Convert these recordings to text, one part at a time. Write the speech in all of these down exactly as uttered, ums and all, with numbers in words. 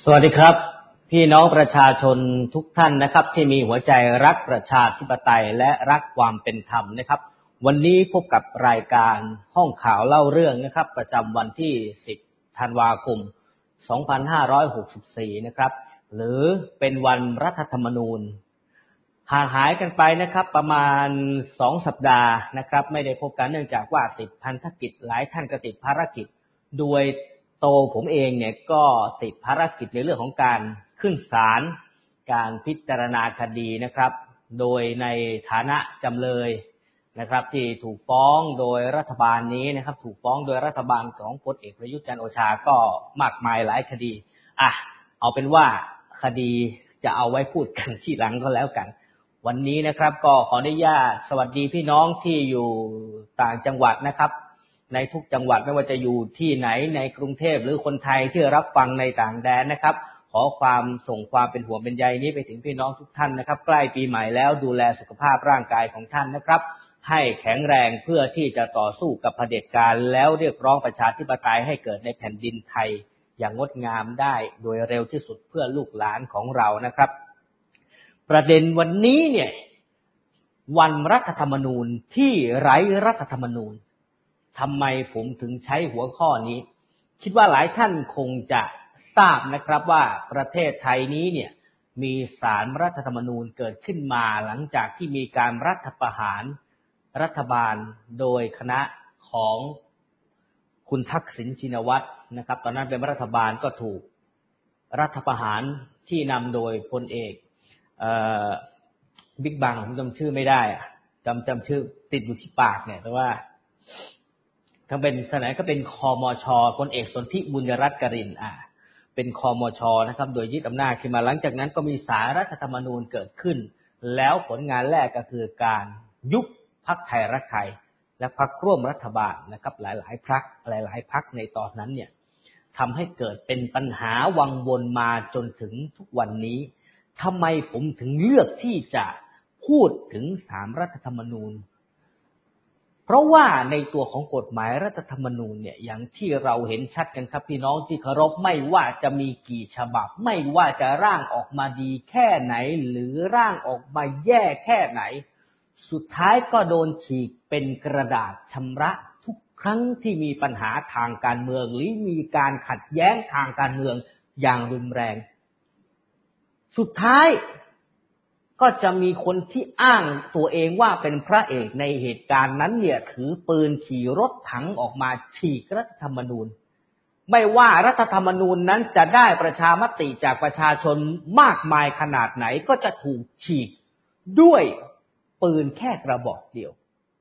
สวัสดีครับพี่น้องประชาชนทุกท่านนะครับที่มีหัวใจรักประชาธิปไตยและรักความเป็นธรรมนะครับวันนี้พบกับรายการห้องข่าวเล่าเรื่องนะครับประจำวันที่สิบธันวาคมสองพันห้าร้อยหกสิบสี่นะครับหรือเป็นวันรัฐธรรมนูญห่างหายกันไปนะครับประมาณสองสัปดาห์นะครับไม่ได้พบกันเนื่องจากว่าติดพันธกิจหลายท่านก็ติดภารกิจโดยโตผมเองเนี่ยก็ติดภารกิจในเรื่องของการขึ้นศาลการพิจารณาคดีนะครับโดยในฐานะจำเลยนะครับที่ถูกฟ้องโดยรัฐบาลนี้นะครับถูกฟ้องโดยรัฐบาลของพลเอกประยุทธ์จันทร์โอชาก็มากมายหลายคดีอ่ะเอาเป็นว่าคดีจะเอาไว้พูดกันที่หลังก็แล้วกันวันนี้นะครับก็ขออนุญาตสวัสดีพี่น้องที่อยู่ต่างจังหวัดนะครับในทุกจังหวัดไม่ว่าจะอยู่ที่ไหนในกรุงเทพหรือคนไทยที่รับฟังในต่างแดนนะครับขอความส่งความเป็นห่วงเป็นใยนี้ไปถึงพี่น้องทุกท่านนะครับใกล้ปีใหม่แล้วดูแลสุขภาพร่างกายของท่านนะครับให้แข็งแรงเพื่อที่จะต่อสู้กับเผด็จการแล้วเรียกร้องประชาธิปไตยให้เกิดในแผ่นดินไทยอย่างงดงามได้โดยเร็วที่สุดเพื่อลูกหลานของเรานะครับประเด็นวันนี้เนี่ยวันรัฐธรรมนูญที่ไร้รัฐธรรมนูญทำไมผมถึงใช้หัวข้อนี้คิดว่าหลายท่านคงจะทราบนะครับว่าประเทศไทยนี้เนี่ยมีศาลรัฐธรรมนูญเกิดขึ้นมาหลังจากที่มีการรัฐประหารรัฐบาลโดยคณะของคุณทักษิณชินวัตรนะครับตอนนั้นเป็นรัฐบาลก็ถูกรัฐประหารที่นำโดยพลเอกเอ่อบิ๊กบังผมจำชื่อไม่ได้จำจำชื่อติดอยู่ที่ปากเนี่ยแต่ว่าทั้งเป็นสมัยก็เป็นคมช.พลเอกสนธิบุญยรัตน์กรินทร์อ่าเป็นคมช.นะครับโดยยึดอำนาจขึ้นมาหลังจากนั้นก็มีศาลรัฐธรรมนูญเกิดขึ้นแล้วผลงานแรกก็คือการยุบพรรคไทยรักไทยและพรรคร่วมรัฐบาลนะครับหลายๆพรรคหลายๆพรรคในตอนนั้นเนี่ยทำให้เกิดเป็นปัญหาวังวนมาจนถึงทุกวันนี้ทำไมผมถึงเลือกที่จะพูดถึงศาลรัฐธรรมนูญเพราะว่าในตัวของกฎหมายรัฐธรรมนูญเนี่ยอย่างที่เราเห็นชัดกันครับพี่น้องที่เคารพไม่ว่าจะมีกี่ฉบับไม่ว่าจะร่างออกมาดีแค่ไหนหรือร่างออกมาแย่แค่ไหนสุดท้ายก็โดนฉีกเป็นกระดาษชำระทุกครั้งที่มีปัญหาทางการเมืองหรือมีการขัดแย้งทางการเมืองอย่างรุนแรงสุดท้ายก็จะมีคนที่อ้างตัวเองว่าเป็นพระเอกในเหตุการณ์นั้นเนี่ยถือปืนขี่รถถังออกมาฉีกรัฐธรรมนูญไม่ว่ารัฐธรรมนูญนั้นจะได้ประชามติจากประชาชนมากมายขนาดไหนก็จะถูกฉีกด้วยปืนแค่กระบอกเดียว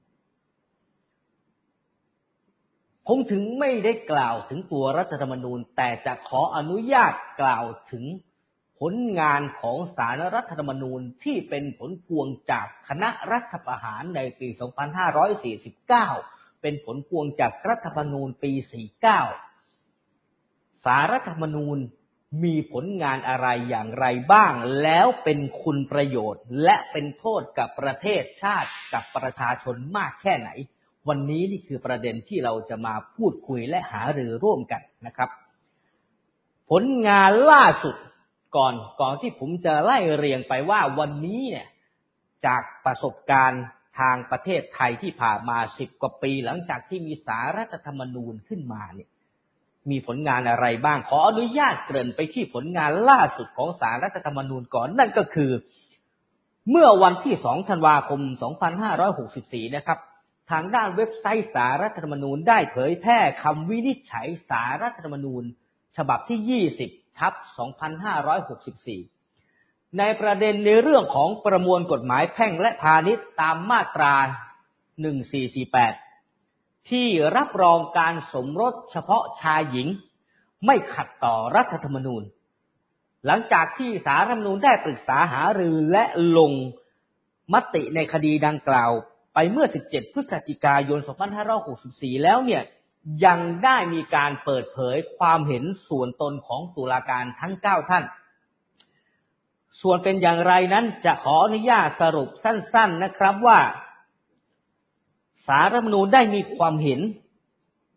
ผมถึงไม่ได้กล่าวถึงตัวรัฐธรรมนูญแต่จะขออนุญาตกล่าวถึงผลงานของศาลรัฐธรรมนูญที่เป็นผลพวงจากคณะรัฐประหารในปีสองพันห้าร้อยสี่สิบเก้าเป็นผลพวงจากรัฐธรรมนูญปีสี่สิบเก้าศาลรัฐธรรมนูญมีผลงานอะไรอย่างไรบ้างแล้วเป็นคุณประโยชน์และเป็นโทษกับประเทศชาติกับประชาชนมากแค่ไหนวันนี้นี่คือประเด็นที่เราจะมาพูดคุยและหารือร่วมกันนะครับผลงานล่าสุดก่อนก่อนที่ผมจะไล่เรียงไปว่าวันนี้เนี่ยจากประสบการณ์ทางประเทศไทยที่ผ่านมาสิบกว่าปีหลังจากที่มีศาลรัฐธรรมนูญขึ้นมาเนี่ยมีผลงานอะไรบ้างขออนุญาตเกริ่นไปที่ผลงานล่าสุดของศาลรัฐธรรมนูญก่อนนั่นก็คือเมื่อวันที่สองธันวาคมสองพันห้าร้อยหกสิบสี่นะครับทางด้านเว็บไซต์ศาลรัฐธรรมนูญได้เผยแพร่คำวินิจฉัยศาลรัฐธรรมนูญฉบับที่ยี่สิบทับสองพันห้าร้อยหกสิบสี่ในประเด็นในเรื่องของประมวลกฎหมายแพ่งและพาณิชย์ตามมาตราหนึ่งสี่สี่แปดที่รับรองการสมรสเฉพาะชายหญิงไม่ขัดต่อรัฐธรรมนูญหลังจากที่ศาลรัฐธรรมนูญได้ปรึกษาหารือและลงมติในคดีดังกล่าวไปเมื่อสิบเจ็ดพฤศจิกายนสองพันห้าร้อยหกสิบสี่แล้วเนี่ยยังได้มีการเปิดเผยความเห็นส่วนตนของตุลาการทั้งเก้าท่านส่วนเป็นอย่างไรนั้นจะขออนุญาตสรุปสั้นๆนะครับว่าศาลรัฐธรรมนูญได้มีความเห็น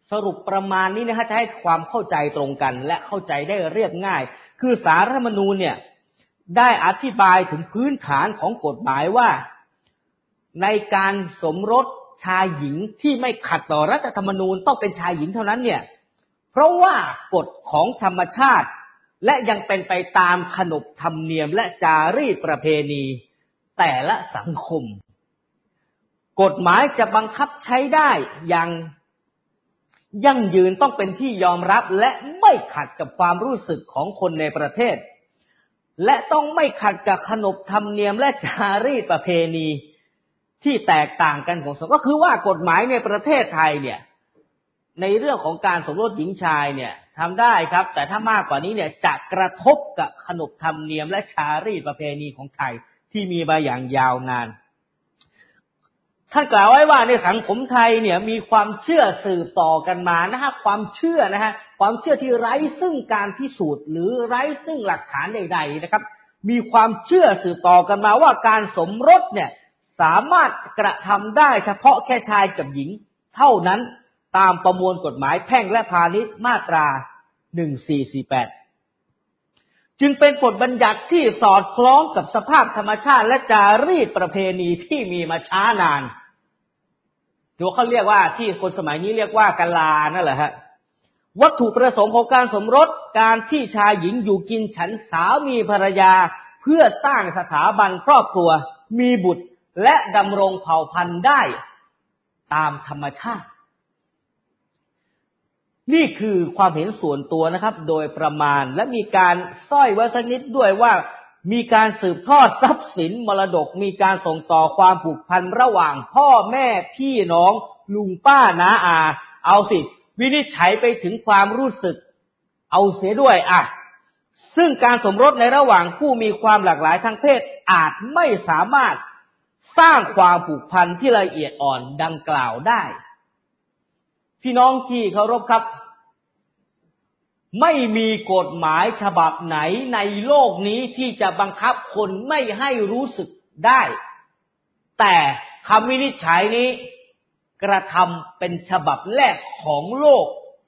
สรุปประมาณนี้นะฮะจะให้ความเข้าใจตรงกันและเข้าใจได้เรียบง่ายคือศาลรัฐธรรมนูญเนี่ยได้อธิบายถึงพื้นฐานของกฎหมายว่าในการสมรสชายหญิงที่ไม่ขัดต่อรัฐธรรมนูญต้องเป็นชายหญิงเท่านั้นเนี่ยเพราะว่ากฎของธรรมชาติและยังเป็นไปตามขนบธรรมเนียมและจารีตประเพณีแต่ละสังคมกฎหมายจะบังคับใช้ได้อย่างยั่งยืนต้องเป็นที่ยอมรับและไม่ขัดกับความรู้สึกของคนในประเทศและต้องไม่ขัดกับขนบธรรมเนียมและจารีตประเพณีที่แตกต่างกันของสังคมก็คือว่ากฎหมายในประเทศไทยเนี่ยในเรื่องของการสมรสหญิงชายเนี่ยทำได้ครับแต่ถ้ามากกว่านี้เนี่ยจะกระทบกับขนบธรรมเนียมและจารีตประเพณีของไทยที่มีมาอย่างยาวนานท่านกล่าวไว้ว่าในสังคมไทยเนี่ยมีความเชื่อสืบต่อกันมานะฮะความเชื่อนะฮะความเชื่อที่ไร้ซึ่งการพิสูจน์หรือไร้ซึ่งหลักฐานใดๆนะครับมีความเชื่อสืบต่อกันมาว่าการสมรสเนี่ยสามารถกระทำได้เฉพาะแค่ชายกับหญิงเท่านั้นตามประมวลกฎหมายแพ่งและพาณิชย์มาตราหนึ่งสี่สี่แปดจึงเป็นกฎบัญญัติที่สอดคล้องกับสภาพธรรมชาติและจารีตประเพณีที่มีมาช้านานโดยเขาเรียกว่าที่คนสมัยนี้เรียกว่ากาลานั่นแหละฮะวัตถุประสงค์ของการสมรสการที่ชายหญิงอยู่กินฉันสามีภรรยาเพื่อสร้างสถาบันครอบครัวมีบุตรและดำรงเผ่าพันธุ์ได้ตามธรรมชาตินี่คือความเห็นส่วนตัวนะครับโดยประมาณและมีการส้อยไว้สักนิดด้วยว่ามีการสืบทอดทรัพย์สินมรดกมีการส่งต่อความผูกพันระหว่างพ่อแม่พี่น้องลุงป้าน้าอาเอาสิวินิจฉัยไปถึงความรู้สึกเอาเสียด้วยอ่ะซึ่งการสมรสในระหว่างผู้มีความหลากหลายทางเพศอาจไม่สามารถสร้างความผูกพันที่ละเอียดอ่อนดังกล่าวได้พี่น้องที่เคารพครับไม่มีกฎหมายฉบับไหนในโลกนี้ที่จะบังคับคนไม่ให้รู้สึกได้แต่คำวินิจฉัยนี้กระทำเป็นฉบับแรกของโลก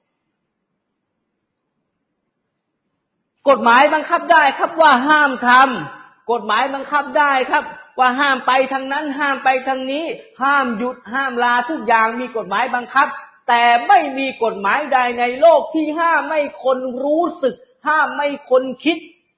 กฎหมายบังคับได้ครับว่าห้ามทำกฎหมายบังคับได้ครับว่าห้ามไปทางนั้นห้ามไปทางนี้ห้ามหยุดห้ามลาทุกอย่างมีกฎหมายบังคับแต่ไม่มีกฎหมายใดในโลกที่ห้ามไม่คนรู้สึกห้ามไม่คนคิด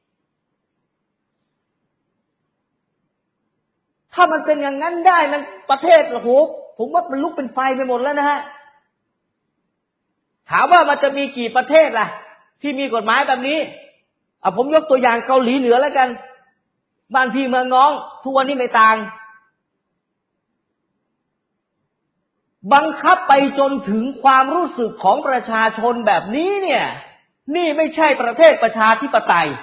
ถ้ามันเป็นอย่างนั้นได้มันประเทศโอ้โหผมว่ามันลุกเป็นไฟไปหมดแล้วนะฮะถามว่ามันจะมีกี่ประเทศล่ะที่มีกฎหมายแบบนี้อ่ะผมยกตัวอย่างเกาหลีเหนือแล้วกันบ้านพี่เมืองน้องทุกวันนี้ไม่ต่างบังคับไปจนถึงความรู้สึกของประชาชนแบบนี้เนี่ยนี่ไม่ใช่ประเทศประชาธิปไตย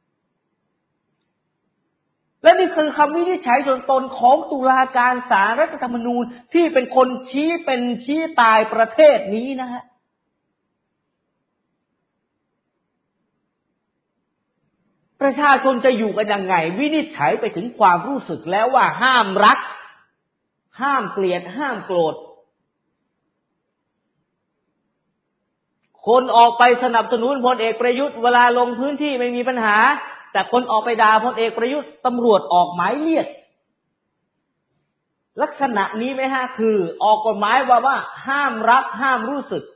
และนี่คือคำวินิจฉัยส่วนตนของตุลาการศาลรัฐธรรมนูญที่เป็นคนชี้เป็นชี้ตายประเทศนี้นะฮะประชาชนจะอยู่กันยังไงวินิจฉัยไปถึงความรู้สึกแล้วว่าห้ามรักห้ามเกลียดห้ามโกรธคนออกไปสนับสนุนพลเอกประยุทธ์เวลาลงพื้นที่ไม่มีปัญหาแต่คนออกไปด่าพลเอกประยุทธ์ตำรวจออกหมายเรียกลักษณะนี้ไหมฮะคือออกกฎหมายว่าว่าห้ามรักห้ามรู้สึก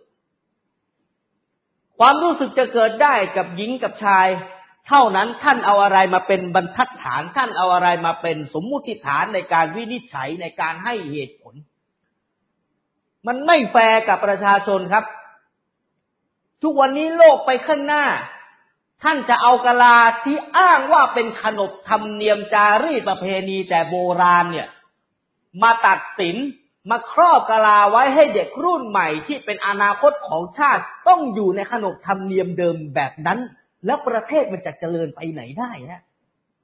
ความรู้สึกจะเกิดได้กับหญิงกับชายเท่านั้นท่านเอาอะไรมาเป็นบรรทัดฐานท่านเอาอะไรมาเป็นสมมุติฐานในการวินิจฉัยในการให้เหตุผลมันไม่แฟร์กับประชาชนครับทุกวันนี้โลกไปข้างหน้าท่านจะเอากะลาที่อ้างว่าเป็นขนบธรรมเนียมจารีตประเพณีแต่โบราณเนี่ยมาตัดสินมาครอบกะลาไว้ให้เด็กรุ่นใหม่ที่เป็นอนาคตของชาติต้องอยู่ในขนบธรรมเนียมเดิมแบบนั้นแล้วประเทศมันจะเจริญไปไหนได้ฮะ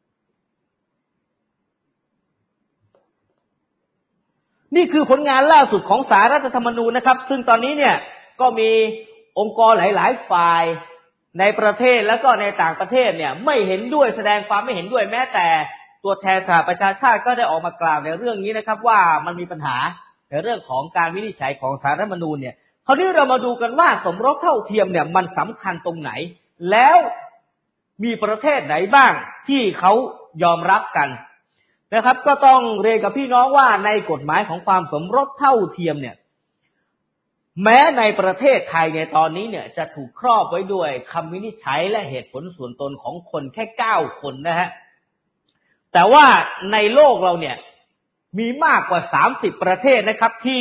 นี่คือผลงานล่าสุดของศาลรัฐธรรมนูญนะครับซึ่งตอนนี้เนี่ยก็มีองค์กรหลายๆฝ่ายในประเทศแล้วก็ในต่างประเทศเนี่ยไม่เห็นด้วยแสดงความไม่เห็นด้วยแม้แต่ตัวแทนสหประชาชาติก็ได้ออกมากล่าวในเรื่องนี้นะครับว่ามันมีปัญหาในเรื่องของการวินิจฉัยของศาลรัฐธรรมนูญเนี่ยคราวนี้เรามาดูกันว่าสมรสเท่าเทียมเนี่ยมันสำคัญตรงไหนแล้วมีประเทศไหนบ้างที่เขายอมรับกันนะครับก็ต้องเรียนกับพี่น้องว่าในกฎหมายของความสมรสเท่าเทียมเนี่ยแม้ในประเทศไทยในตอนนี้เนี่ยจะถูกครอบไว้ด้วยคำวินิจฉัยและเหตุผลส่วนตนของคนแค่เก้าคนนะฮะแต่ว่าในโลกเราเนี่ยมีมากกว่าสามสิบประเทศนะครับที่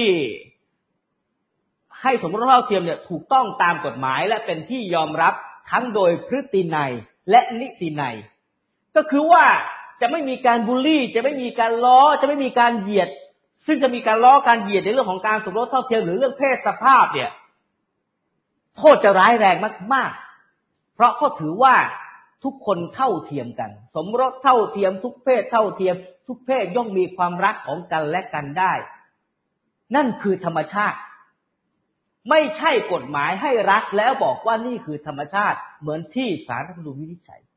ให้สมรสเท่าเทียมเนี่ยถูกต้องตามกฎหมายและเป็นที่ยอมรับทั้งโดยพฤตินัยและนิตินัยก็คือว่าจะไม่มีการบูลลี่จะไม่มีการล้อจะไม่มีการเหยียดซึ่งจะมีการล้อการเหยียดในเรื่องของการสมรสเท่าเทียมหรือเรื่องเพศสภาพเนี่ยโทษจะร้ายแรงมากๆเพราะเขาถือว่าทุกคนเท่าเทียมกันสมรสเท่าเทียมทุกเพศเท่าเทียมทุกเพศย่อมมีความรักของกันและกันได้นั่นคือธรรมชาติไม่ใช่กฎหมายให้รักแล้วบอกว่านี่คือธรรมชาติเหมือนที่ศาลรัฐธรรมนูญวินิจฉัย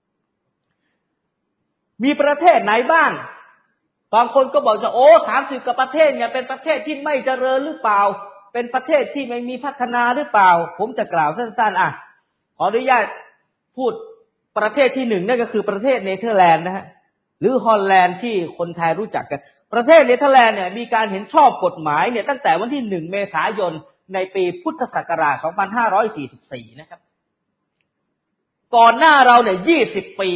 มีประเทศไหนบ้างบางคนก็บอกจะโอ้สามสิบกว่าประเทศเนี่ยเป็นประเทศที่ไม่เจริญหรือเปล่าเป็นประเทศที่ไม่มีพัฒนาหรือเปล่าผมจะกล่าวสั้นๆอ่ะขออนุญาตพูดประเทศที่หนึ่งนั่นก็คือประเทศเนเธอร์แลนด์นะฮะหรือฮอลแลนด์ที่คนไทยรู้จักกันประเทศเนเธอร์แลนด์เนี่ยมีการเห็นชอบกฎหมายเนี่ยตั้งแต่วันที่หนึ่งเมษายนในปีพุทธศักราชสองพันห้าร้อยสี่สิบสี่นะครับก่อนหน้าเราเนี่ยยี่สิบปี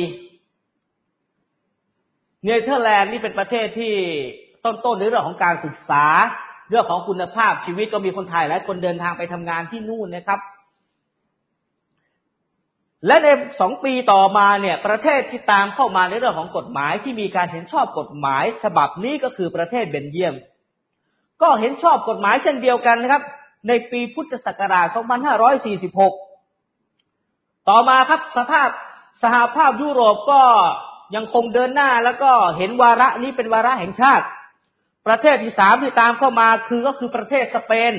เนเธอร์แลนด์นี่เป็นประเทศที่ต้นๆในเรื่องของการศึกษาเรื่องของคุณภาพชีวิตก็มีคนไทยหลายคนเดินทางไปทำงานที่นู่นนะครับและในสองปีต่อมาเนี่ยประเทศที่ตามเข้ามาในเรื่องของกฎหมายที่มีการเห็นชอบกฎหมายฉบับนี้ก็คือประเทศเบลเยียมก็เห็นชอบกฎหมายเช่นเดียวกันนะครับในปีพุทธศักราชสองพันห้าร้อยสี่สิบหกต่อมาครับสภาพสหภาพยุโรปก็ยังคงเดินหน้าแล้วก็เห็นวาระนี้เป็นวาระแห่งชาติประเทศที่สามที่ตามเข้ามาคือก็คือประเทศสเปน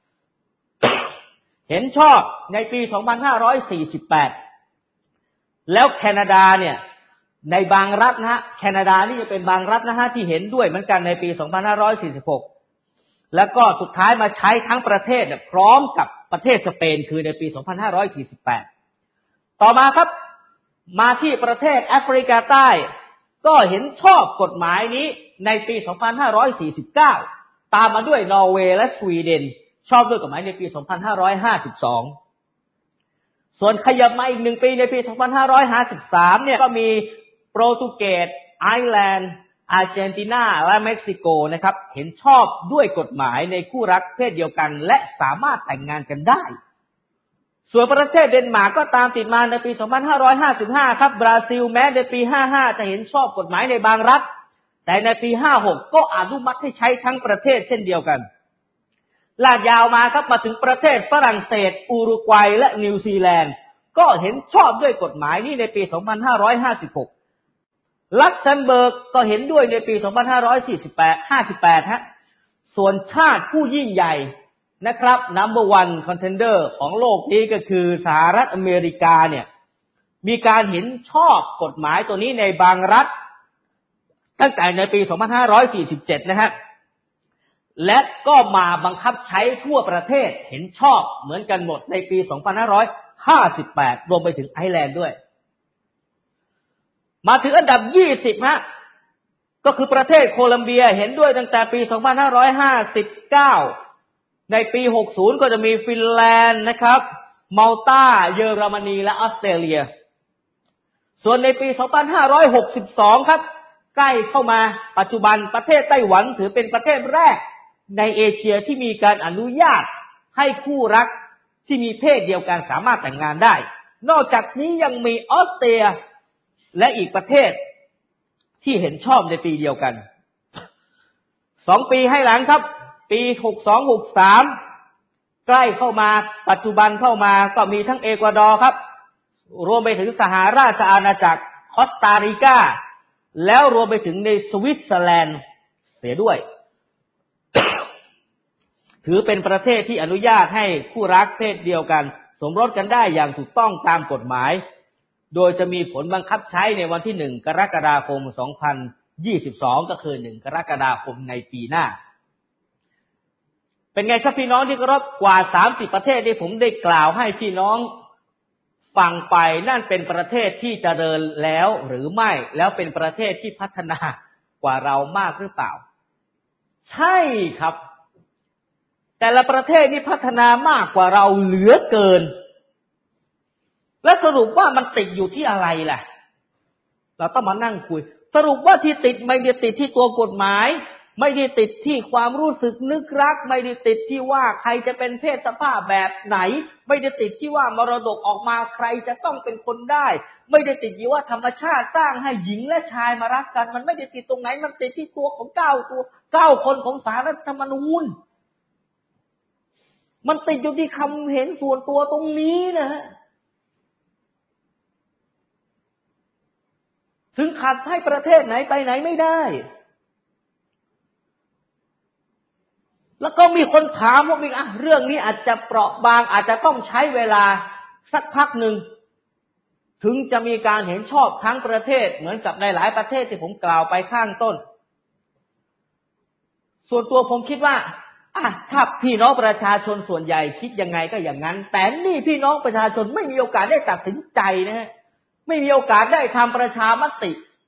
เห็นชอบในปีสองพันห้าร้อยสี่สิบแปดแล้วแคนาดาเนี่ยในบางรัฐนะฮะแคนาดานี่จะเป็นบางรัฐนะฮะที่เห็นด้วยเหมือนกันในปีสองพันห้าร้อยสี่สิบหกแล้วก็สุดท้ายมาใช้ทั้งประเทศเนี่ยพร้อมกับประเทศสเปนคือในปีสองพันห้าร้อยสี่สิบแปดต่อมาครับมาที่ประเทศแอฟริกาใต้ก็เห็นชอบกฎหมายนี้ในปีสองพันห้าร้อยสี่สิบเก้าตามมาด้วยนอร์เวย์และสวีเดนชอบด้วยกฎหมายในปีสองพันห้าร้อยห้าสิบสองส่วนขยับมาอีกหนึ่งปีในปีสองพันห้าร้อยห้าสิบสามเนี่ยก็มีโปรตุเกสไอร์แลนด์อาร์เจนตินาและเม็กซิโกนะครับเห็นชอบด้วยกฎหมายในคู่รักเพศเดียวกันและสามารถแต่งงานกันได้ส่วนประเทศเดนมาร์กก็ตามติดมาในปีสองพันห้าร้อยห้าสิบห้าครับบราซิลแม้ในปีห้าสิบห้าจะเห็นชอบกฎหมายในบางรัฐแต่ในปีห้าสิบหกก็อนุมัติให้ใช้ทั้งประเทศเช่นเดียวกันลากยาวมาครับมาถึงประเทศฝรั่งเศสอุรุกวัยและนิวซีแลนด์ก็เห็นชอบด้วยกฎหมายนี้ในปีสองพันห้าร้อยห้าสิบหกลักเซมเบิร์กก็เห็นด้วยในปีสองพันห้าร้อยสี่สิบแปด ห้าสิบแปดฮะส่วนชาติผู้ยิ่งใหญ่นะครับ number one contender ของโลกนี้ก็คือสหรัฐอเมริกาเนี่ยมีการเห็นชอบกฎหมายตัวนี้ในบางรัฐตั้งแต่ในปีสองพันห้าร้อยสี่สิบเจ็ดนะฮะและก็มาบังคับใช้ทั่วประเทศเห็นชอบเหมือนกันหมดในปีสองพันห้าร้อยห้าสิบแปดรวมไปถึงไอร์แลนด์ด้วยมาถึงอันดับยี่สิบฮะก็คือประเทศโคลัมเบียเห็นด้วยตั้งแต่ปีสองพันห้าร้อยห้าสิบเก้าในปีหกสิบก็จะมีฟินแลนด์นะครับมัลตาเยอรมนีและออสเตรเลียส่วนในปีสองพันห้าร้อยหกสิบสองครับใกล้เข้ามาปัจจุบันประเทศไต้หวันถือเป็นประเทศแรกในเอเชียที่มีการอนุญาตให้คู่รักที่มีเพศเดียวกันสามารถแต่งงานได้นอกจากนี้ยังมีออสเตรียและอีกประเทศที่เห็นชอบในปีเดียวกันสองปีให้หลังครับปีหกสิบสอง หกสิบสามใกล้เข้ามาปัจจุบันเข้ามาก็มีทั้งเอกวาดอร์ครับรวมไปถึงสหราชอาณาจักรคอสตาริกาแล้วรวมไปถึงในสวิตเซอร์แลนด์เสียด้วย ถือเป็นประเทศที่อนุญาตให้คู่รักเพศเดียวกันสมรสกันได้อย่างถูกต้องตามกฎหมายโดยจะมีผลบังคับใช้ในวันที่หนึ่งกรกฎาคมสองพันยี่สิบสองก็คือหนึ่งกรกฎาคมในปีหน้าเป็นไงครับพี่น้องที่เคารพกว่าสามสิบประเทศที่ผมได้กล่าวให้พี่น้องฟังไปนั่นเป็นประเทศที่เจริญแล้วหรือไม่แล้วเป็นประเทศที่พัฒนากว่าเรามากหรือเปล่าใช่ครับแต่ละประเทศนี่พัฒนามากกว่าเราเหลือเกินและสรุปว่ามันติดอยู่ที่อะไรล่ะเราต้องมานั่งคุยสรุปว่าที่ติดไม่ได้ติดที่ตัวกฎหมายไม่ได้ติดที่ความรู้สึกนึกรักไม่ได้ติดที่ว่าใครจะเป็นเพศสภาพแบบไหนไม่ได้ติดที่ว่ามรดกออกมาใครจะต้องเป็นคนได้ไม่ได้ติดที่ว่าธรรมชาติสร้างให้หญิงและชายมารักกันมันไม่ได้ติดตรงไหนมันติดที่ตัวของเก้าตัวเก้าคนของศาลรัฐธรรมนูญมันติดอยู่ที่คำเห็นส่วนตัวตรงนี้นะฮะถึงขัดให้ประเทศไหนไปไหนไม่ได้แล้วก็มีคนถามว่ามีอ่ะเรื่องนี้อาจจะเปราะบางอาจจะต้องใช้เวลาสักพักหนึ่งถึงจะมีการเห็นชอบทั้งประเทศเหมือนกับในหลายประเทศที่ผมกล่าวไปข้างต้นส่วนตัวผมคิดว่าอ่ะถ้าพี่น้องประชาชนส่วนใหญ่คิดยังไงก็อย่างนั้นแต่นี่พี่น้องประชาชนไม่มีโอกาสได้ตัดสินใจนะฮะไม่มีโอกาสได้ทำประชามติ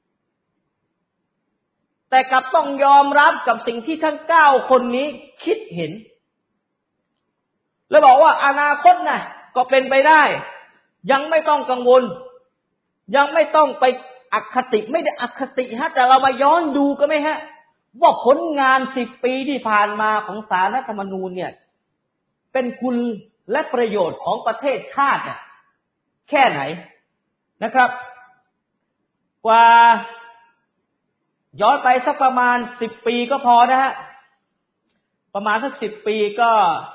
แต่กลับต้องยอมรับกับสิ่งที่ทั้งเก้าคนนี้คิดเห็นแล้วบอกว่าอนาคตน่ะก็เป็นไปได้ยังไม่ต้องกังวลยังไม่ต้องไปอคติไม่ได้อคติฮะแต่เรามาย้อนดูกันไหมฮะว่าผลงานสิบปีที่ผ่านมาของศาลรัฐธรรมนูญเนี่ยเป็นคุณและประโยชน์ของประเทศชาติเนี่ยแค่ไหนนะครับกว่าย้อนไปสักประมาณสิบปีก็พอนะฮะประมาณสักสิบปีก็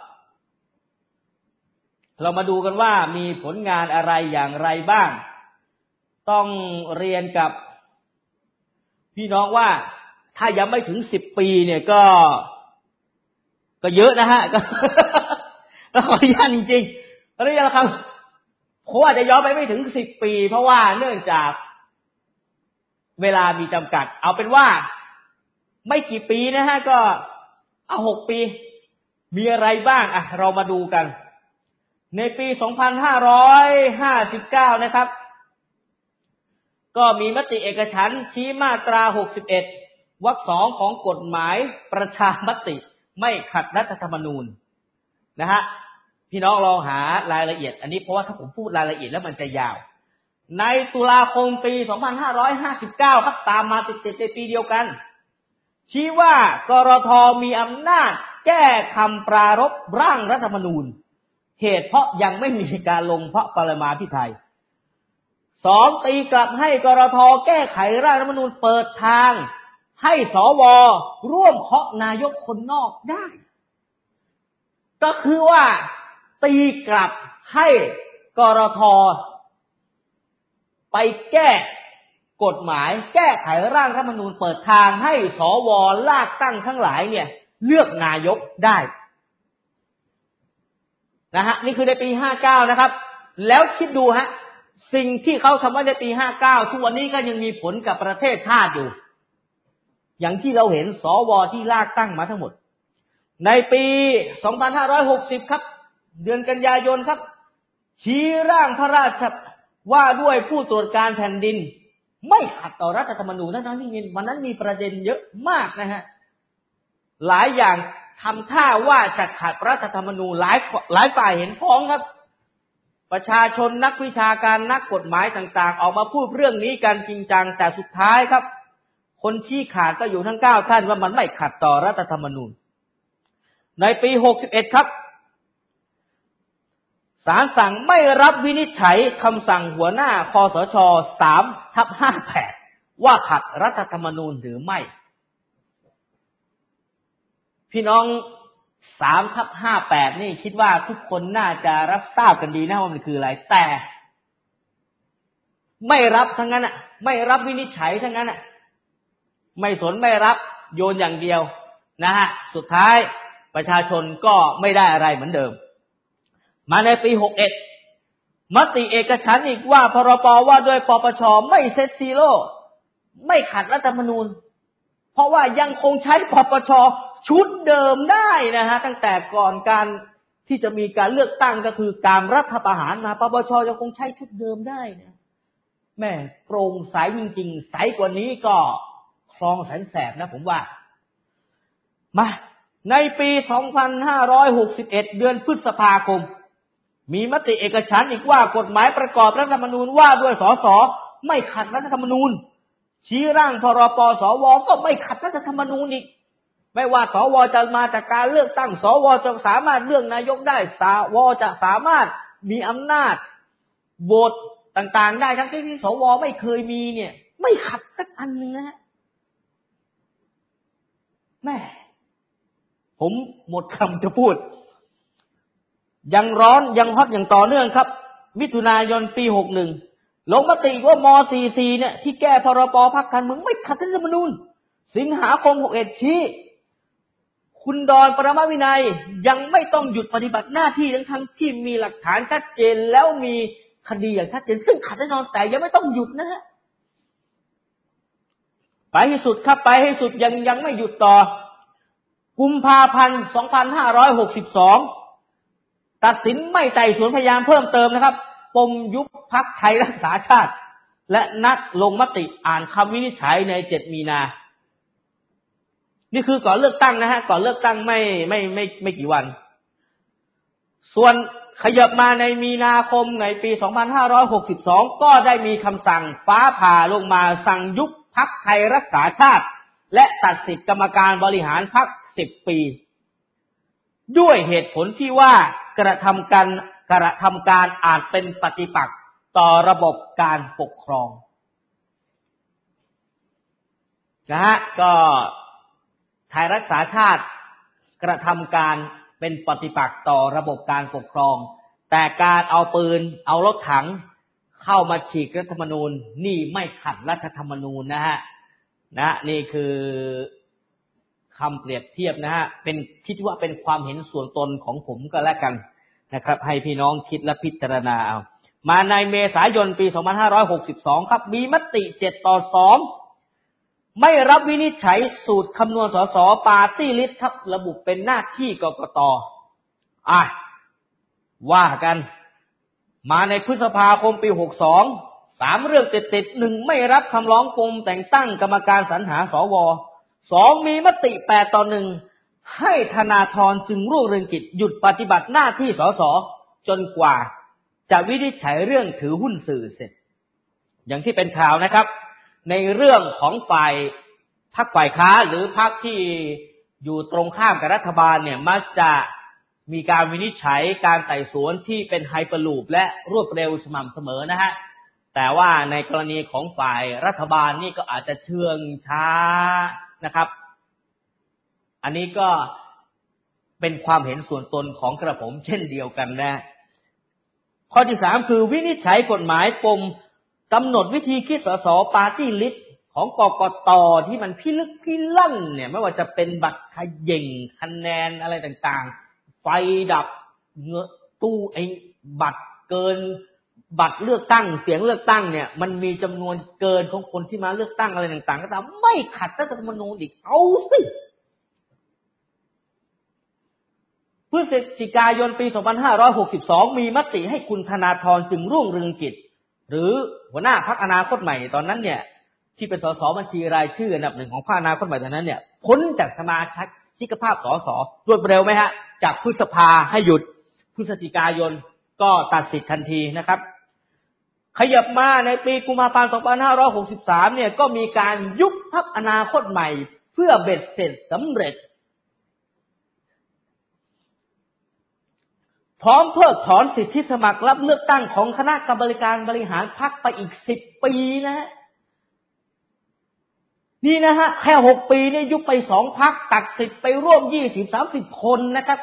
เรามาดูกันว่ามีผลงานอะไรอย่างไรบ้างต้องเรียนกับพี่น้องว่าถ้ายังไม่ถึงสิบปีเนี่ยก็ก็เยอะนะฮะก็ขออนุญาตจริงๆแล้วนี่นะครับผมอาจจะย้อนไปไม่ถึงสิบปีเพราะว่าเนื่องจากเวลามีจำกัดเอาเป็นว่าไม่กี่ปีนะฮะก็เอาหกปีมีอะไรบ้างอ่ะเรามาดูกันในปีสองพันห้าร้อยห้าสิบเก้านะครับก็มีมติเอกฉันท์ชี้มาตราหกสิบเอ็ดวรรคสองของกฎหมายประชามติไม่ขัดรัฐธรรมนูญนะฮะพี่น้องลองหารายละเอียดอันนี้เพราะว่าถ้าผมพูดรายละเอียดแล้วมันจะยาวในตุลาคมปีสองพันห้าร้อยห้าสิบเก้าครับตามมาติดๆในปีเดียวกันชี้ว่ากรท.มีอำนาจแก้คำปรารภร่างรัฐธรรมนูญเหตุเพราะยังไม่มีการลงเพราะปรมาภิไธยสองตีกลับให้กรท.แก้ไขร่างรัฐธรรมนูญเปิดทางให้สว.ร่วมเคาะนายกคนนอกได้ก็คือว่าตีกลับให้กรท.ไปแก้กฎหมายแก้ไขร่างรัฐธรรมนูญเปิดทางให้สว.ลากตั้งทั้งหลายเนี่ยเลือกนายกได้นะฮะนี่คือในปีห้าเก้านะครับแล้วคิดดูฮะสิ่งที่เขาทำไว้ในปีห้าเก้าทุกวันนี้ก็ยังมีผลกับประเทศชาติอยู่อย่างที่เราเห็นสว.ที่ลากตั้งมาทั้งหมดในปีสองพันห้าร้อยหกสิบครับเดือนกันยายนครับชี้ร่างพระราชว่าด้วยผู้ตรวจการแผ่นดินไม่ขัดต่อรัฐธรรมนูญทั้งที่วันนั้นมีประเด็นเยอะมากนะฮะหลายอย่างทำท่าว่าจะขัดรัฐธรรมนูญหลายหลายฝ่ายเห็นพ้องครับประชาชนนักวิชาการนักกฎหมายต่างๆออกมาพูดเรื่องนี้กันจริงจังแต่สุดท้ายครับคนชี้ขาดก็อยู่ทั้งเก้าท่านว่ามันไม่ขัดต่อรัฐธรรมนูญในปีหกสิบเอ็ดครับศาลสั่งไม่รับวินิจฉัยคำสั่งหัวหน้าคสช สามทับห้าแปด ว่าขัดรัฐธรรมนูญหรือไม่พี่น้อง สามทับห้าแปด นี่คิดว่าทุกคนน่าจะรับทราบกันดีนะว่ามันคืออะไรแต่ไม่รับทั้งนั้นอ่ะไม่รับวินิจฉัยทั้งนั้นอ่ะไม่สนไม่รับโยนอย่างเดียวนะฮะสุดท้ายประชาชนก็ไม่ได้อะไรเหมือนเดิมมาในปีหกสิบเอ็ดมติเอกฉันท์อีกว่าพรบว่าด้วยปปชไม่เซ็ตซีโร่ไม่ขัดรัฐธรรมนูญเพราะว่ายังคงใช้ปปชชุดเดิมได้นะฮะตั้งแต่ก่อนการที่จะมีการเลือกตั้งก็คือการรัฐประหารมาปปชยังคงใช้ชุดเดิมได้นะแม่โปร่งใสจริงๆใสกว่านี้ก็คลองแสนแสบนะผมว่ามาในปีสองพันห้าร้อยหกสิบเอ็ดเดือนพฤษภาคมมีมติเอกฉันท์อีกว่ากฎหมายประกอบรัฐธรรมนูญว่าด้วยสสไม่ขัดรัฐธรรมนูญชี้ร่างพรปสวก็ไม่ขัดรัฐธรรมนูญอีกไม่ว่าสวจะมาจากการเลือกตั้งสวจะสามารถเลือกนายกได้สวจะสามารถมีอำนาจโหวตต่างๆได้ทั้งที่สวไม่เคยมีเนี่ยไม่ขัดสักอันนึงนะแม่ผมหมดคำจะพูดยังร้อนยังฮอตอย่างต่อเนื่องครับมิถุนายนปีหกสิบเอ็ดลงมติว่ามสี่สิบสี่เนี่ยที่แก้พรบพรรคการเมืองไม่ขัดรัฐธรรมนูญสิงหาคมหกสิบเอ็ดชี้คุณดอนปรมัตถ์วินัยยังไม่ต้องหยุดปฏิบัติหน้าที่ทั้งทั้งที่มีหลักฐานชัดเจนแล้วมีคดีอย่างชัดเจนซึ่งขัดแน่นอนแต่ยังไม่ต้องหยุดนะฮะไปให้สุดครับไปให้สุดยังยังไม่หยุดต่อกุมภาพันธ์สองพันห้าร้อยหกสิบสองตัดสินไม่ไต่สวนพยานเพิ่มเติมนะครับปมยุบพรรคไทยรักษาชาติและนัดลงมติอ่านคำวินิจฉัยในเจ็ดมีนานี่คือก่อนเลือกตั้งนะฮะก่อนเลือกตั้งไม่ไม่ไม่ไม่กี่วันส่วนขยับมาในมีนาคมในปีสองพันห้าร้อยหกสิบสองก็ได้มีคำสั่งฟ้าผ่าลงมาสั่งยุบพรรคไทยรักษาชาติและตัดสิทธิกรรมการบริหารพรรคสิบปีด้วยเหตุผลที่ว่ากระทำการกระทำการอาจเป็นปฏิปักษ์ต่อระบบการปกครองนะฮะก็ไทยรักษาชาติกระทำการเป็นปฏิปักษ์ต่อระบบการปกครองแต่การเอาปืนเอารถถังเข้ามาฉีกรัฐธรรมนูญนี่ไม่ขัดรัฐธรรมนูญนะฮะนะนี่คือคำเปรียบเทียบนะฮะเป็นคิดว่าเป็นความเห็นส่วนตนของผมก็แล้วกันนะครับให้พี่น้องคิดและพิจารณาเอามาในเมษายนปีสองพันห้าร้อยหกสิบสองครับมีมติเจ็ดต่อสองไม่รับวินิจฉัยสูตรคำนวณสสปาร์ตี้ลิสต์ครับระบุเป็นหน้าที่กกต.อ่ะว่ากันมาในพฤษภาคมปีหกสิบสองสามเรื่องติดๆหนึ่งไม่รับคำร้องปมแต่งตั้งกรรมการสรรหาสวสองมีมติแปดต่อหนึ่งให้ธนาธรจึงรุ่งเรืองกิจหยุดปฏิบัติหน้าที่สสจนกว่าจะวินิจฉัยเรื่องถือหุ้นสื่อเสร็จอย่างที่เป็นข่าวนะครับในเรื่องของฝ่ายพรรคฝ่ายค้านหรือพรรคที่อยู่ตรงข้ามกับรัฐบาลเนี่ยมักจะมีการวินิจฉัยการไต่สวนที่เป็นไฮเปอร์ลูปและรวดเร็วสม่ำเสมอนะฮะแต่ว่าในกรณีของฝ่ายรัฐบาลนี่ก็อาจจะเชื่องช้านะครับอันนี้ก็เป็นความเห็นส่วนตนของกระผมเช่นเดียวกันนะข้อที่สามคือวินิจฉัยกฎหมายปมกำหนดวิธีคิดสสปาร์ตี้ลิสต์ของกกต.ที่มันพิลึกพิลั่นเนี่ยไม่ว่าจะเป็นบัตรเขย่งคะแนนอะไรต่างๆไฟดับเงื้อตู้ไอ้บัตรเกินบัตรเลือกตั้งเสียงเลือกตั้งเนี่ยมันมีจำนวนเกินของคนที่มาเลือกตั้งอะไรต่างๆก็ตามไม่ขัดรัฐธรรมนูญอีกเอาสิพฤศจิกายนปีสองพันห้าร้อยหกสิบสองมีมติให้คุณธนาธรจึงรุ่งเรืองกิจหรือหัวหน้าพรรคอนาคตใหม่ตอนนั้นเนี่ยที่เป็นสสบัญชีรายชื่ออันดับหนึ่งของพรรคอนาคตใหม่ตอนนั้นเนี่ยพ้นจากสมาชิกภาพสสรวดเร็วไหมฮะจากพฤษภาให้หยุดพฤศจิกายนก็ตัดสิทธิ์ทันทีนะครับขยับมาในปีกุมภาพันธ์สองพันห้าร้อยหกสิบสามเนี่ยก็มีการยุบพรรคอนาคตใหม่เพื่อเบ็ดเสร็จสำเร็จพร้อมเพิกถอนสิทธิสมัครรับเลือกตั้งของคณะกรรมการบริหารพรรคไปอีกสิบปีนะฮะนี่นะฮะแค่หกปีนี่ยุบไปสองพรรคตัดสิทธิ์ไปร่วมยี่สิบ สามสิบคนนะครับ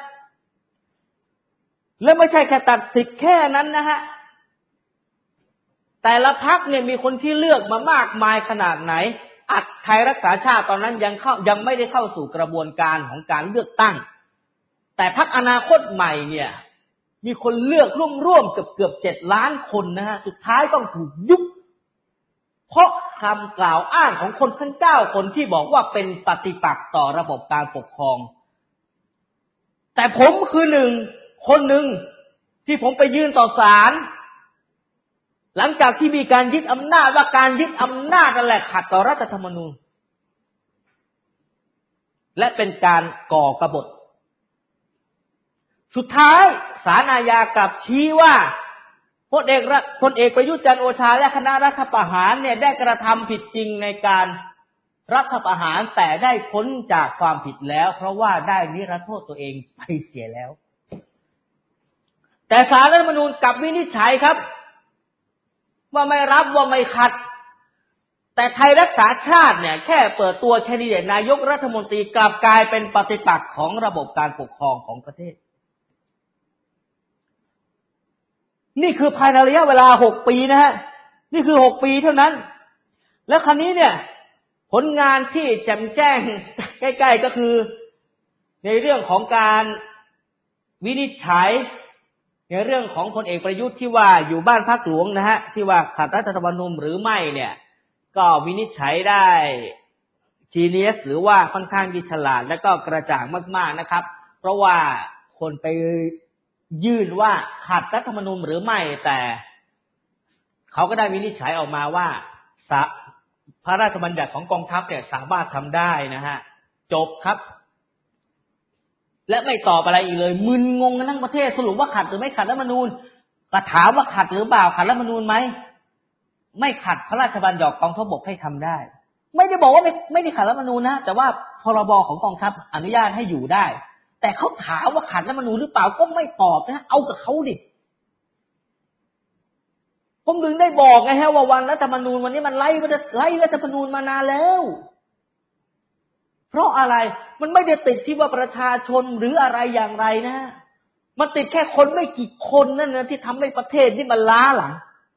และไม่ใช่แค่ตัดสิทธิ์แค่นั้นนะฮะแต่ละพรรคเนี่ยมีคนที่เลือกมามากมายขนาดไหนอัดไทยรักษาชาติตอนนั้นยังเข้ายังไม่ได้เข้าสู่กระบวนการของการเลือกตั้งแต่พรรคอนาคตใหม่เนี่ยมีคนเลือกร่วมๆเกือบเกือบเจ็ดล้านคนนะฮะสุดท้ายต้องถูกยุบเพราะคำกล่าวอ้างของคนทั้งเก้าคนที่บอกว่าเป็นปฏิปักษ์ต่อระบบการปกครองแต่ผมคือหนึ่งคนหนึ่งที่ผมไปยื่นต่อศาลหลังจากที่มีการยึดอำนาจว่าการยึดอำนาจนั่นแหละขัดต่อรัฐธรรมนูญและเป็นการก่อกบฏสุดท้ายศาลอาญากลับชี้ว่าพลเอกพลเอกประยุทธ์จันทร์โอชาและคณะรัฐประหารเนี่ยได้กระทำผิดจริงในการรัฐประหารแต่ได้พ้นจากความผิดแล้วเพราะว่าได้นิรโทษตัวเองไปเสียแล้วแต่ศาลรัฐธรรมนูญกลับวินิจฉัยครับว่าไม่รับว่าไม่ขัดแต่ไทยรักษาชาติเนี่ยแค่เปิดตัวแคนดิเดตนายกรัฐมนตรีกลับกลายเป็นปฏิปักษ์ของระบบการปกครองของประเทศนี่คือภายในระยะเวลาหกปีนะฮะนี่คือหกปีเท่านั้นแล้วคราวนี้เนี่ยผลงานที่แจ่มแจ้งใกล้ๆก็คือในเรื่องของการวินิจฉัยในเรื่องของพลเอกประยุทธ์ที่ว่าอยู่บ้านพักหลวงนะฮะที่ว่าขัดรัฐธรรมนูญหรือไม่เนี่ยก็วินิจฉัยได้จีเนียสหรือว่าค่อนข้างที่ฉลาดและก็กระจ่างมากๆนะครับเพราะว่าคนไปยื่นว่าขัดรัฐธรรมนูญหรือไม่แต่เขาก็ได้วินิจฉัยออกมาว่าพระราชบัญญัติของกองทัพเนี่ยสามารถทำได้นะฮะจบครับและไม่ตอบอะไรอีกเลยมึนงงกันทั้งประเทศสรุปว่าขัดหรือไม่ขัดรัฐธรรมนูญก็ถามว่าขัดหรือเปล่าขัดรัฐธรรมนูญไหมไม่ขัดพระราชบัญญัติกองทัพบกให้ทำได้ไม่ได้บอกว่าไม่ไม่ได้ขัดรัฐธรรมนูญนะแต่ว่าพรบของกองทัพอนุญาตให้อยู่ได้แต่เขาถามว่าขัดรัฐธรรมนูญหรือเปล่าก็ไม่ตอบนะเอากับเขาดิผมถึงได้บอกไงฮะว่าวันรัฐธรรมนูญวันนี้มันไล่มันจะไล่รัฐธรรมนูญมานานแล้วเพราะอะไรมันไม่ได้ติดที่ว่าประชาชนหรืออะไรอย่างไรนะมันติดแค่คนไม่กี่คนนั่นนะที่ทำให้ประเทศนี่มันล้าหลัง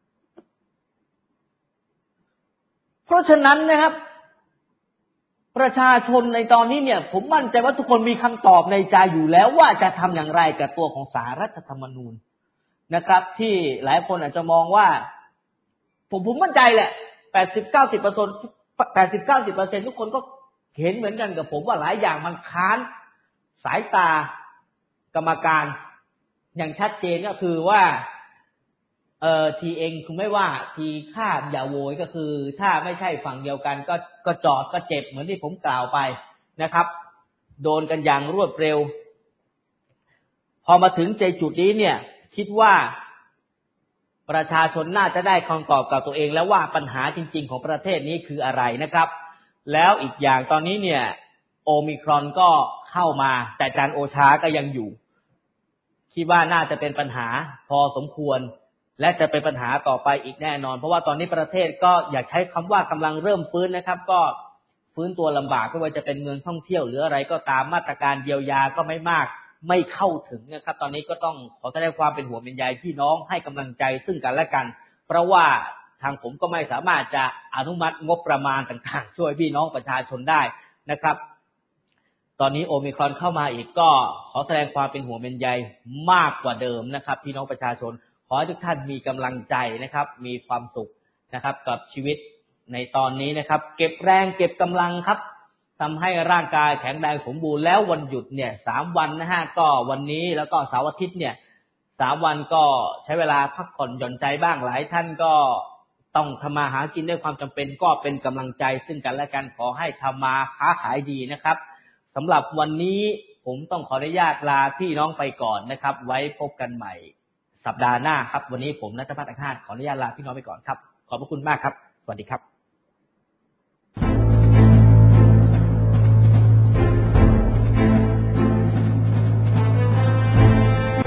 เพราะฉะนั้นนะครับประชาชนในตอนนี้เนี่ยผมมั่นใจว่าทุกคนมีคำตอบในใจอยู่แล้วว่าจะทำอย่างไรกับตัวของศาลรัฐธรรมนูญนะครับที่หลายคนอาจจะมองว่าผมผมมั่นใจแหละ แปดสิบ เก้าสิบเปอร์เซ็นต์ แปดสิบ เก้าสิบเปอร์เซ็นต์ ทุกคนก็เห็นเหมือนกันกับผมว่าหลายอย่างมันค้านสายตากรรมการอย่างชัดเจนก็คือว่าเอ่อทีเองคุณไม่ว่าทีข้ามอย่าโวยก็คือถ้าไม่ใช่ฝั่งเดียวกันก็ก็จอดก็เจ็บเหมือนที่ผมกล่าวไปนะครับโดนกันอย่างรวดเร็วพอมาถึงใจจุดนี้เนี่ยคิดว่าประชาชนน่าจะได้คำตอบกับตัวเองแล้วว่าปัญหาจริงๆของประเทศนี้คืออะไรนะครับแล้วอีกอย่างตอนนี้เนี่ยโอมิครอนก็เข้ามาแต่อาจารย์โอชาก็ยังอยู่คิดว่าน่าจะเป็นปัญหาพอสมควรและจะเป็นปัญหาต่อไปอีกแน่นอนเพราะว่าตอนนี้ประเทศก็อยากใช้คำว่ากำลังเริ่มฟื้นนะครับก็ฟื้นตัวลำบากไม่ว่าจะเป็นเมืองท่องเที่ยวหรืออะไรก็ตามมาตรการเยียวยาก็ไม่มากไม่เข้าถึงนะครับตอนนี้ก็ต้องขอแสดงความเป็นห่วงเป็นใยพี่น้องให้กำลังใจซึ่งกันและกันเพราะว่าทางผมก็ไม่สามารถจะอนุมัติงบประมาณต่างๆช่วยพี่น้องประชาชนได้นะครับตอนนี้โอมิครอนเข้ามาอีกก็ขอแสดงความเป็นห่วงเป็นใยมากกว่าเดิมนะครับพี่น้องประชาชนขอให้ทุกท่านมีกำลังใจนะครับมีความสุขนะครับกับชีวิตในตอนนี้นะครับเก็บแรงเก็บกำลังครับทำให้ร่างกายแข็งแรงสมบูรณ์แล้ววันหยุดเนี่ยสามวันนะฮะก็วันนี้แล้วก็เสาร์อาทิตย์เนี่ยสามวันก็ใช้เวลาพักผ่อนหย่อนใจบ้างหลายท่านก็ต้องทำมาหากินด้วยความจำเป็นก็เป็นกำลังใจซึ่งกันและกันขอให้ทำมาค้าขายดีนะครับสำหรับวันนี้ผมต้องขออนุญาตลาพี่น้องไปก่อนนะครับไว้พบกันใหม่สัปดาห์หน้าครับวันนี้ผมณัฐพัฒน์ อัครนาถขออนุญาตลาพี่น้องไปก่อนครับขอบพระคุณมากครับสวัสดีครับ